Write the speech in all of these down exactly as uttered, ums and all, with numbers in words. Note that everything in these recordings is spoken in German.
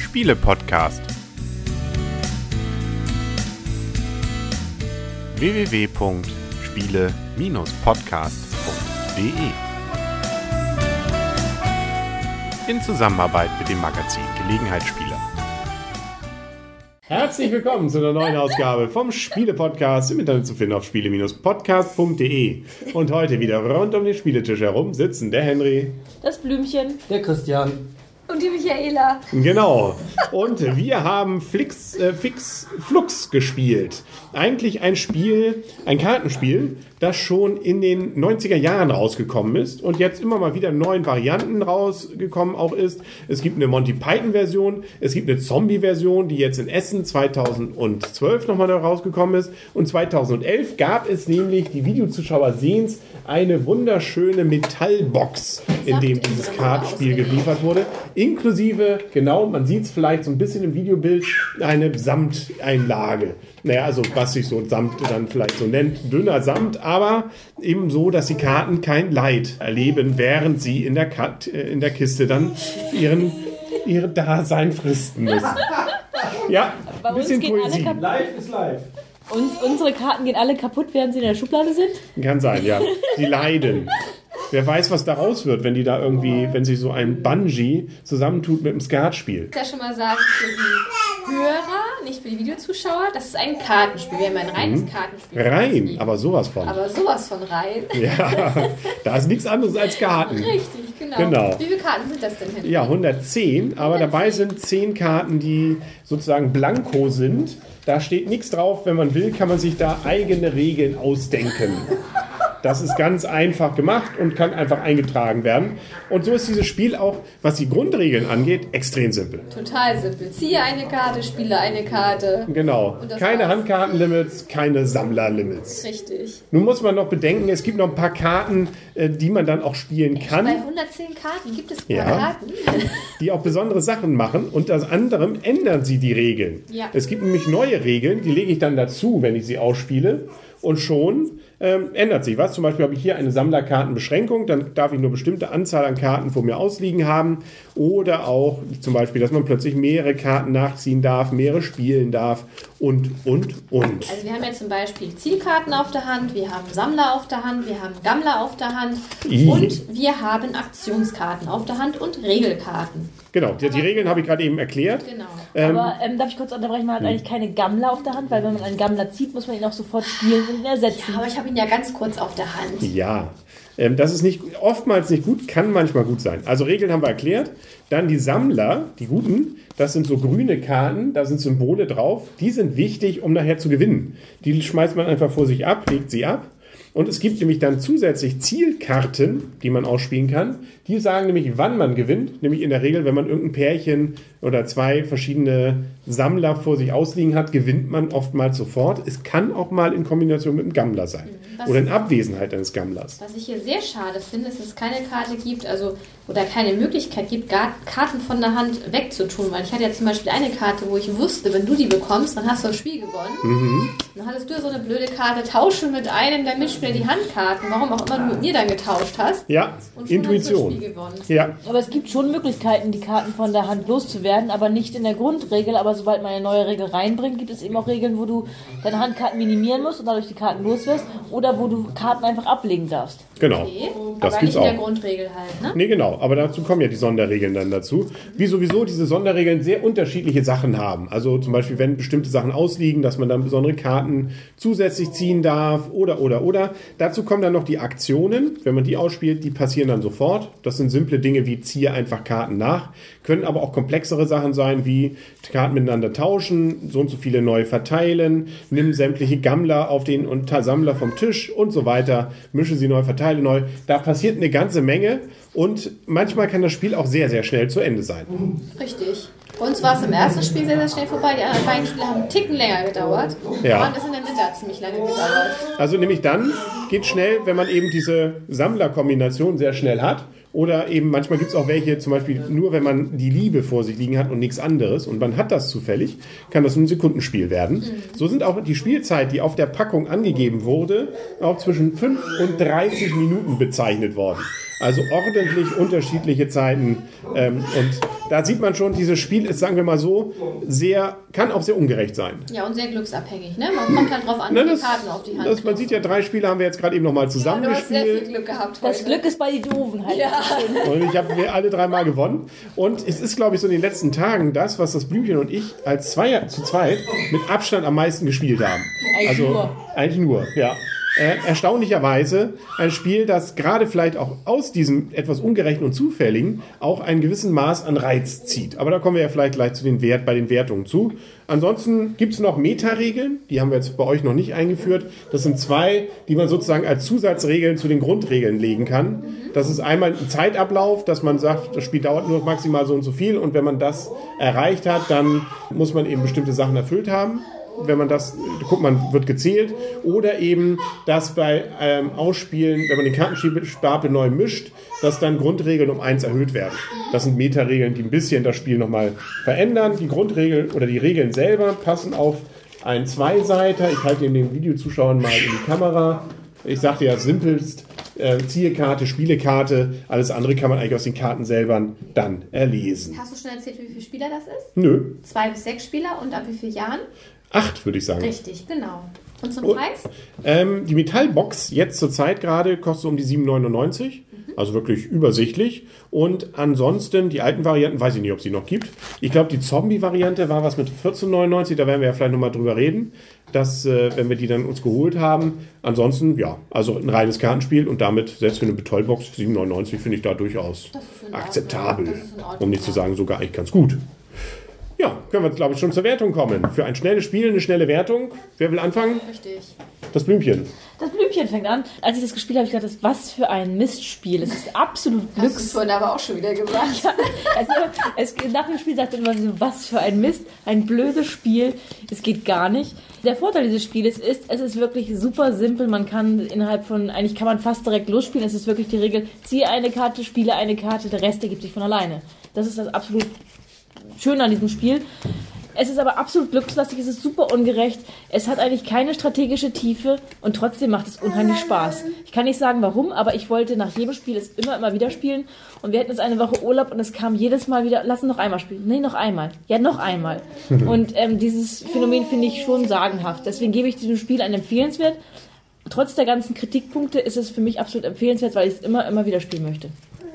Spiele-Podcast. w w w punkt spiele Bindestrich podcast punkt d e in Zusammenarbeit mit dem Magazin Gelegenheitsspieler. Herzlich willkommen zu einer neuen Ausgabe vom Spiele-Podcast, im Internet zu finden auf spiele Bindestrich podcast punkt d e. Und heute wieder rund um den Spieletisch herum sitzen der Henry, das Blümchen, der Christian und die Michaela. Genau. Und wir haben Flix, äh, Fix, Flux gespielt. Eigentlich ein Spiel, ein Kartenspiel, das schon in den neunziger Jahren rausgekommen ist und jetzt immer mal wieder in neuen Varianten rausgekommen auch ist. Es gibt eine Monty Python-Version, es gibt eine Zombie-Version, die jetzt in Essen zweitausendzwölf nochmal da rausgekommen ist. Und zweitausendelf gab es nämlich, die Videozuschauer sehen es, eine wunderschöne Metallbox, in dem dieses Kartenspiel geliefert wurde. Inklusive, genau, man sieht es vielleicht so ein bisschen im Videobild, eine Samteinlage. Naja, also was sich so Samt dann vielleicht so nennt, dünner Samt, aber eben so, dass die Karten kein Leid erleben, während sie in der, Kat- in der Kiste dann ihren, ihre Dasein fristen müssen. Ja, ein bisschen Poesie. Live ist live. Und unsere Karten gehen alle kaputt, während sie in der Schublade sind? Kann sein, ja. Die leiden. Wer weiß, was daraus wird, wenn die da irgendwie, wenn sich so ein Bungee zusammentut mit einem Skatspiel. Ich kann schon mal sagen, für die Hörer, nicht für die Videozuschauer, das ist ein Kartenspiel. Wir haben ein reines mhm. Kartenspiel. Rein, aber sowas von. Aber sowas von rein. Ja, da ist nichts anderes als Karten. Richtig, genau. genau. Wie viele Karten sind das denn, Henry? Ja, hundertzehn, aber hundertzehn. Dabei sind zehn Karten, die sozusagen blanko sind. Da steht nichts drauf. Wenn man will, kann man sich da eigene Regeln ausdenken. Das ist ganz einfach gemacht und kann einfach eingetragen werden. Und so ist dieses Spiel auch, was die Grundregeln angeht, extrem simpel. Total simpel. Ziehe eine Karte, spiele eine Karte. Genau. Keine war's. Handkartenlimits, keine Sammlerlimits. Richtig. Nun muss man noch bedenken, es gibt noch ein paar Karten, die man dann auch spielen kann. Bei hundertzehn Karten gibt es ein paar ja, Karten. Die auch besondere Sachen machen. Und unter anderem ändern sie die Regeln. Ja. Es gibt nämlich neue Regeln, die lege ich dann dazu, wenn ich sie ausspiele. Und schon ähm, ändert sich was. Zum Beispiel habe ich hier eine Sammlerkartenbeschränkung. Dann darf ich nur bestimmte Anzahl an Karten vor mir ausliegen haben. Oder auch zum Beispiel, dass man plötzlich mehrere Karten nachziehen darf, mehrere spielen darf und, und, und. Also wir haben jetzt zum Beispiel Zielkarten auf der Hand, wir haben Sammler auf der Hand, wir haben Gammler auf der Hand I. und wir haben Aktionskarten auf der Hand und Regelkarten. Genau, die, die Regeln habe ich gerade eben erklärt. Genau. Ähm, Aber ähm, darf ich kurz unterbrechen? Man hat eigentlich keine Gammler auf der Hand, weil wenn man einen Gammler zieht, muss man ihn auch sofort spielen und ihn ersetzen. Ja, aber ich habe ihn ja ganz kurz auf der Hand. Ja, ähm, das ist nicht, oftmals nicht gut, kann manchmal gut sein. Also Regeln haben wir erklärt. Dann die Sammler, die guten, das sind so grüne Karten, da sind Symbole drauf. Die sind wichtig, um nachher zu gewinnen. Die schmeißt man einfach vor sich ab, legt sie ab. Und es gibt nämlich dann zusätzlich Zielkarten, die man ausspielen kann. Die sagen nämlich, wann man gewinnt. Nämlich in der Regel, wenn man irgendein Pärchen oder zwei verschiedene Sammler vor sich ausliegen hat, gewinnt man oftmals sofort. Es kann auch mal in Kombination mit einem Gammler sein. Was oder in Abwesenheit eines Gammlers. Was ich hier sehr schade finde, ist, dass es keine Karte gibt, also oder keine Möglichkeit gibt, Karten von der Hand wegzutun. Weil ich hatte ja zum Beispiel eine Karte, wo ich wusste, wenn du die bekommst, dann hast du das Spiel gewonnen. Mhm. Dann hattest du so eine blöde Karte, tausche mit einem der Mitspieler die Handkarten, warum auch immer du mit mir dann getauscht hast. Ja, und schon Intuition. Hast du das Spiel gewonnen. Ja. Aber es gibt schon Möglichkeiten, die Karten von der Hand loszuwerden, aber nicht in der Grundregel. Aber sobald man eine neue Regel reinbringt, gibt es eben auch Regeln, wo du deine Handkarten minimieren musst und dadurch die Karten loswirst oder wo du Karten einfach ablegen darfst. Genau. Okay. Das aber gibt's nicht in auch. der Grundregel halt, ne? Nee, genau. Aber dazu kommen ja die Sonderregeln dann dazu. Wie sowieso diese Sonderregeln sehr unterschiedliche Sachen haben. Also zum Beispiel, wenn bestimmte Sachen ausliegen, dass man dann besondere Karten zusätzlich ziehen darf oder, oder, oder. Dazu kommen dann noch die Aktionen. Wenn man die ausspielt, die passieren dann sofort. Das sind simple Dinge wie ziehe einfach Karten nach. Können aber auch komplexere Sachen sein, wie Karten miteinander tauschen, so und so viele neu verteilen, nimm sämtliche Gammler auf den und Sammler vom Tisch und so weiter, mische sie neu, verteile neu. Da passiert eine ganze Menge und manchmal kann das Spiel auch sehr, sehr schnell zu Ende sein. Richtig. Bei uns war es im ersten Spiel sehr, sehr schnell vorbei. Die anderen beiden Spiele haben einen Ticken länger gedauert. Ja. Und das in der Mitte hat ziemlich lange gedauert. Also nämlich dann geht schnell, wenn man eben diese Sammlerkombination sehr schnell hat. Oder eben manchmal gibt es auch welche, zum Beispiel nur wenn man die Liebe vor sich liegen hat und nichts anderes und man hat das zufällig, kann das ein Sekundenspiel werden. Mhm. So sind auch die Spielzeit, die auf der Packung angegeben wurde, auch zwischen fünf und dreißig Minuten bezeichnet worden. Also ordentlich unterschiedliche Zeiten. Ähm, und da sieht man schon, dieses Spiel ist, sagen wir mal so, sehr, kann auch sehr ungerecht sein. Ja, und sehr glücksabhängig, ne? Man kommt halt drauf an, Na, wie die das, Karten auf die Hand das, Man sieht ja, drei Spiele haben wir jetzt gerade eben nochmal ja, du hast sehr viel zusammengespielt. Glück gehabt Das heute. Glück ist bei den Doofen halt. Ja. Und ich habe alle dreimal gewonnen. Und es ist, glaube ich, so in den letzten Tagen das, was das Blümchen und ich als Zweier zu zweit mit Abstand am meisten gespielt haben. Eigentlich also nur. eigentlich nur, ja. Äh, erstaunlicherweise ein Spiel, das gerade vielleicht auch aus diesem etwas ungerechten und zufälligen auch einen gewissen Maß an Reiz zieht. Aber da kommen wir ja vielleicht gleich zu den Wert, bei den Wertungen zu. Ansonsten gibt es noch Meta-Regeln, die haben wir jetzt bei euch noch nicht eingeführt. Das sind zwei, die man sozusagen als Zusatzregeln zu den Grundregeln legen kann. Das ist einmal ein Zeitablauf, dass man sagt, das Spiel dauert nur maximal so und so viel und wenn man das erreicht hat, dann muss man eben bestimmte Sachen erfüllt haben. Wenn man das, guckt man, wird gezählt. Oder eben, dass bei ähm, Ausspielen, wenn man den Kartenstapel neu mischt, dass dann Grundregeln um eins erhöht werden. Das sind Meta-Regeln, die ein bisschen das Spiel nochmal verändern. Die Grundregeln oder die Regeln selber passen auf einen Zweiseiter. Ich halte den Videozuschauern mal in die Kamera. Ich sagte ja simpelst, äh, Ziehekarte, Spielekarte, alles andere kann man eigentlich aus den Karten selber dann erlesen. Hast du schon erzählt, wie viele Spieler das ist? Nö, Zwei bis sechs Spieler und ab wie vielen Jahren? acht würde ich sagen. Richtig, genau. Und zum Oh. Preis? Ähm, die Metallbox jetzt zur Zeit gerade kostet um die sieben neunundneunzig. Also wirklich übersichtlich. Und ansonsten, die alten Varianten, weiß ich nicht, ob es die noch gibt. Ich glaube, die Zombie-Variante war was mit vierzehn neunundneunzig. Da werden wir ja vielleicht nochmal drüber reden, dass, äh, wenn wir die dann uns geholt haben. Ansonsten, ja, also ein reines Kartenspiel und damit, selbst für eine Betäubbox, sieben neunundneunzig finde ich da durchaus Das ist in Ordnung. akzeptabel. Das ist in Ordnung, Um nicht zu ja. sagen, sogar eigentlich ganz gut. Ja, können wir jetzt, glaube ich, schon zur Wertung kommen. Für ein schnelles Spiel, eine schnelle Wertung. Wer will anfangen? Richtig. Das Blümchen. Das Blümchen fängt an. Als ich das gespielt habe, habe ich gedacht, was für ein Mistspiel. Es ist absolut Hast du Glücks... vorhin aber auch schon wieder gesagt. Also, es, nach dem Spiel sagt man immer so, was für ein Mist, ein blödes Spiel, es geht gar nicht. Der Vorteil dieses Spieles ist, es ist wirklich super simpel, man kann innerhalb von, eigentlich kann man fast direkt losspielen, es ist wirklich die Regel, ziehe eine Karte, spiele eine Karte, der Rest ergibt sich von alleine. Das ist das absolut Schöne an diesem Spiel. Es ist aber absolut glückslastig, es ist super ungerecht, es hat eigentlich keine strategische Tiefe und trotzdem macht es unheimlich Spaß. Ich kann nicht sagen warum, aber ich wollte nach jedem Spiel es immer, immer wieder spielen und wir hatten jetzt eine Woche Urlaub und es kam jedes Mal wieder, lass uns noch einmal spielen. Nee, noch einmal. Ja, noch einmal. Und ähm, dieses Phänomen finde ich schon sagenhaft. Deswegen gebe ich diesem Spiel einen Empfehlenswert. Trotz der ganzen Kritikpunkte ist es für mich absolut empfehlenswert, weil ich es immer, immer wieder spielen möchte.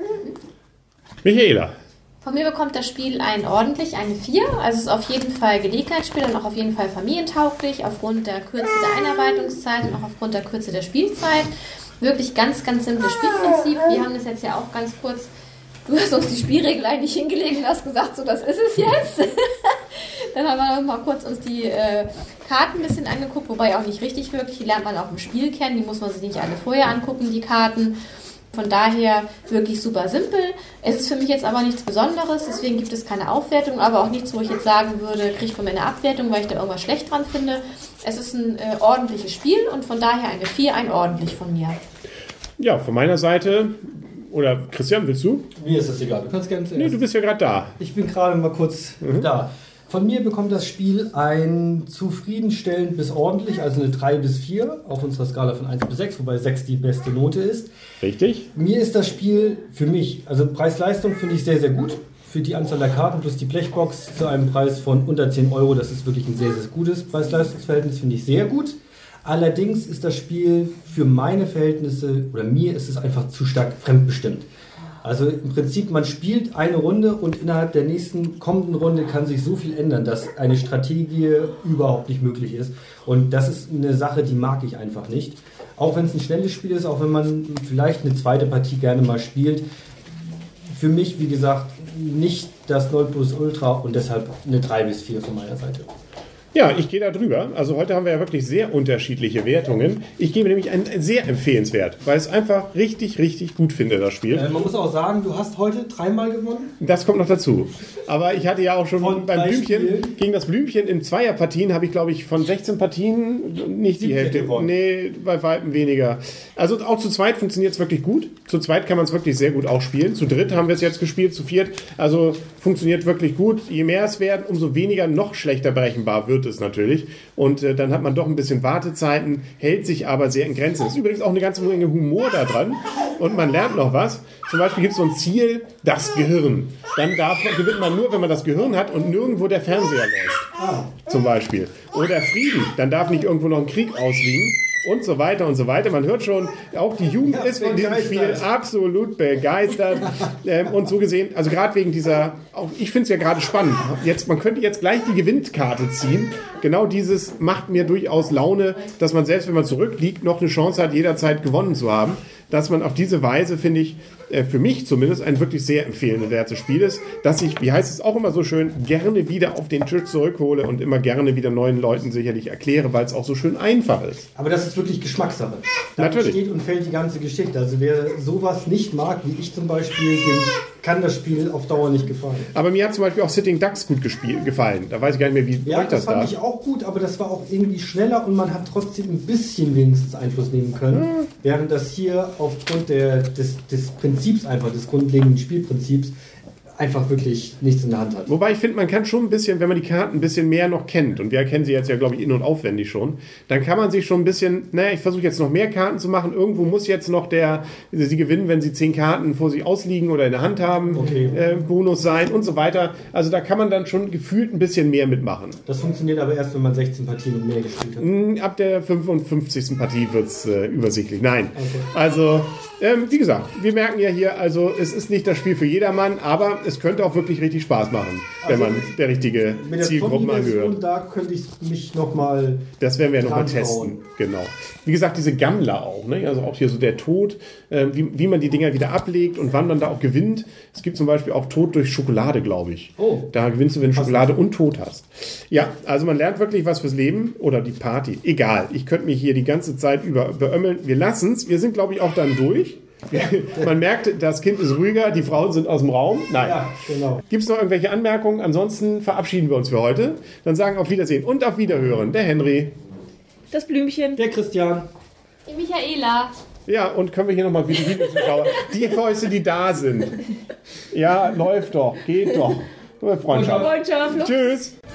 Michaela. Von mir bekommt das Spiel ein ordentlich, eine vier. Also es ist auf jeden Fall Gelegenheitsspiel und auch auf jeden Fall familientauglich, aufgrund der Kürze der Einarbeitungszeit und auch aufgrund der Kürze der Spielzeit. Wirklich ganz, ganz simples Spielprinzip. Wir haben das jetzt ja auch ganz kurz, du hast uns die Spielregel eigentlich hingelegt und hast gesagt, so das ist es jetzt. Dann haben wir noch mal kurz uns die äh, Karten ein bisschen angeguckt, wobei auch nicht richtig wirklich, die lernt man auch im Spiel kennen, die muss man sich nicht alle vorher angucken, die Karten. Von daher wirklich super simpel. Es ist für mich jetzt aber nichts Besonderes, deswegen gibt es keine Aufwertung, aber auch nichts, wo ich jetzt sagen würde, kriege von mir eine Abwertung, weil ich da irgendwas schlecht dran finde. Es ist ein äh, ordentliches Spiel und von daher eine vier, ein ordentlich von mir. Ja, von meiner Seite, oder Christian, willst du? Mir ist das egal, du kannst gerne zuerst. Nee, du bist ja gerade da. Ich bin gerade mal kurz Mhm. da. Von mir bekommt das Spiel ein zufriedenstellend bis ordentlich, also eine drei bis vier auf unserer Skala von eins bis sechs, wobei sechs die beste Note ist. Richtig? Mir ist das Spiel für mich, also Preis-Leistung finde ich sehr, sehr gut. Für die Anzahl der Karten plus die Blechbox zu einem Preis von unter zehn Euro, das ist wirklich ein sehr, sehr gutes Preis-Leistungs-Verhältnis, finde ich sehr gut. Allerdings ist das Spiel für meine Verhältnisse, oder mir ist es einfach zu stark fremdbestimmt. Also im Prinzip, man spielt eine Runde und innerhalb der nächsten kommenden Runde kann sich so viel ändern, dass eine Strategie überhaupt nicht möglich ist. Und das ist eine Sache, die mag ich einfach nicht. Auch wenn es ein schnelles Spiel ist, auch wenn man vielleicht eine zweite Partie gerne mal spielt. Für mich, wie gesagt, nicht das Nonplusultra und deshalb eine drei bis vier von meiner Seite. Ja, ich gehe da drüber. Also heute haben wir ja wirklich sehr unterschiedliche Wertungen. Ich gebe nämlich ein sehr empfehlenswert, weil ich es einfach richtig, richtig gut finde, das Spiel. Äh, man muss auch sagen, du hast heute dreimal gewonnen. Das kommt noch dazu. Aber ich hatte ja auch schon Von beim drei Blümchen, Spielen? gegen das Blümchen in Zweierpartien habe ich, glaube ich, von sechzehn Partien nicht die siebzehn Hälfte. gewonnen. Nee, bei weitem weniger. Also auch zu zweit funktioniert es wirklich gut. Zu zweit kann man es wirklich sehr gut auch spielen. Zu dritt haben wir es jetzt gespielt, zu viert. Also funktioniert wirklich gut. Je mehr es werden, umso weniger noch schlechter berechenbar wird bunt ist natürlich. Und äh, dann hat man doch ein bisschen Wartezeiten, hält sich aber sehr in Grenzen. Es ist übrigens auch eine ganze Menge Humor da dran. Und man lernt noch was. Zum Beispiel gibt es so ein Ziel, das Gehirn. Dann darf man, gewinnt man nur, wenn man das Gehirn hat und nirgendwo der Fernseher läuft. Zum Beispiel. Oder Frieden. Dann darf nicht irgendwo noch ein Krieg ausliegen. Und so weiter und so weiter. Man hört schon, auch die Jugend ja, ist von diesem Spiel absolut begeistert. ähm, und so gesehen, also gerade wegen dieser, auch ich finde es ja gerade spannend. Jetzt, man könnte jetzt gleich die Gewinnkarte ziehen. Genau dieses macht mir durchaus Laune, dass man selbst, wenn man zurückliegt, noch eine Chance hat, jederzeit gewonnen zu haben. Dass man auf diese Weise, finde ich, äh, für mich zumindest ein wirklich sehr empfehlenswertes Spiel ist, dass ich, wie heißt es auch immer so schön, gerne wieder auf den Tisch zurückhole und immer gerne wieder neuen Leuten sicherlich erkläre, weil es auch so schön einfach ist. Aber das ist wirklich Geschmackssache. Da Natürlich. steht und fällt die ganze Geschichte. Also wer sowas nicht mag, wie ich zum Beispiel, dem kann das Spiel auf Dauer nicht gefallen. Aber mir hat zum Beispiel auch Sitting Ducks gut gespielt, gefallen. Da weiß ich gar nicht mehr, wie ja, euch das das fand da. ich auch gut, aber das war auch irgendwie schneller und man hat trotzdem ein bisschen wenigstens Einfluss nehmen können. Ja. Während das hier aufgrund der, des, des Prinzips einfach, des grundlegenden Spielprinzips, einfach wirklich nichts in der Hand hat. Wobei ich finde, man kann schon ein bisschen, wenn man die Karten ein bisschen mehr noch kennt, und wir kennen sie jetzt ja, glaube ich, in- und aufwendig schon, dann kann man sich schon ein bisschen, naja, ich versuche jetzt noch mehr Karten zu machen, irgendwo muss jetzt noch der, sie gewinnen, wenn sie zehn Karten vor sich ausliegen oder in der Hand haben, okay. äh, Bonus sein und so weiter. Also da kann man dann schon gefühlt ein bisschen mehr mitmachen. Das funktioniert aber erst, wenn man sechzehn Partien und mehr gespielt hat. Ab der fünfundfünfzigsten Partie wird es äh, übersichtlich. Nein. Okay. Also, ähm, wie gesagt, wir merken ja hier, also es ist nicht das Spiel für jedermann, aber es könnte auch wirklich richtig Spaß machen, wenn also, man der richtige Zielgruppe angehört. Und da könnte ich mich nochmal. Das werden wir nochmal testen. Genau. Wie gesagt, diese Gammler auch, ne? Also auch hier so der Tod, äh, wie, wie man die Dinger wieder ablegt und wann man da auch gewinnt. Es gibt zum Beispiel auch Tod durch Schokolade, glaube ich. Oh. Da gewinnst du, wenn du Schokolade und Tod hast. Ja, also man lernt wirklich was fürs Leben oder die Party. Egal, ich könnte mich hier die ganze Zeit über beömmeln. Wir lassen es. Wir sind, glaube ich, auch dann durch. Man merkt, das Kind ist ruhiger, die Frauen sind aus dem Raum. Nein. Ja, genau. Gibt es noch irgendwelche Anmerkungen? Ansonsten verabschieden wir uns für heute. Dann sagen auf Wiedersehen und auf Wiederhören der Henry. Das Blümchen. Der Christian. Die Michaela. Ja, und können wir hier nochmal wieder die Zuschauer, die Fäuste, die da sind. Ja, läuft doch, geht doch. Freundschaft. Freundschaft. Tschüss.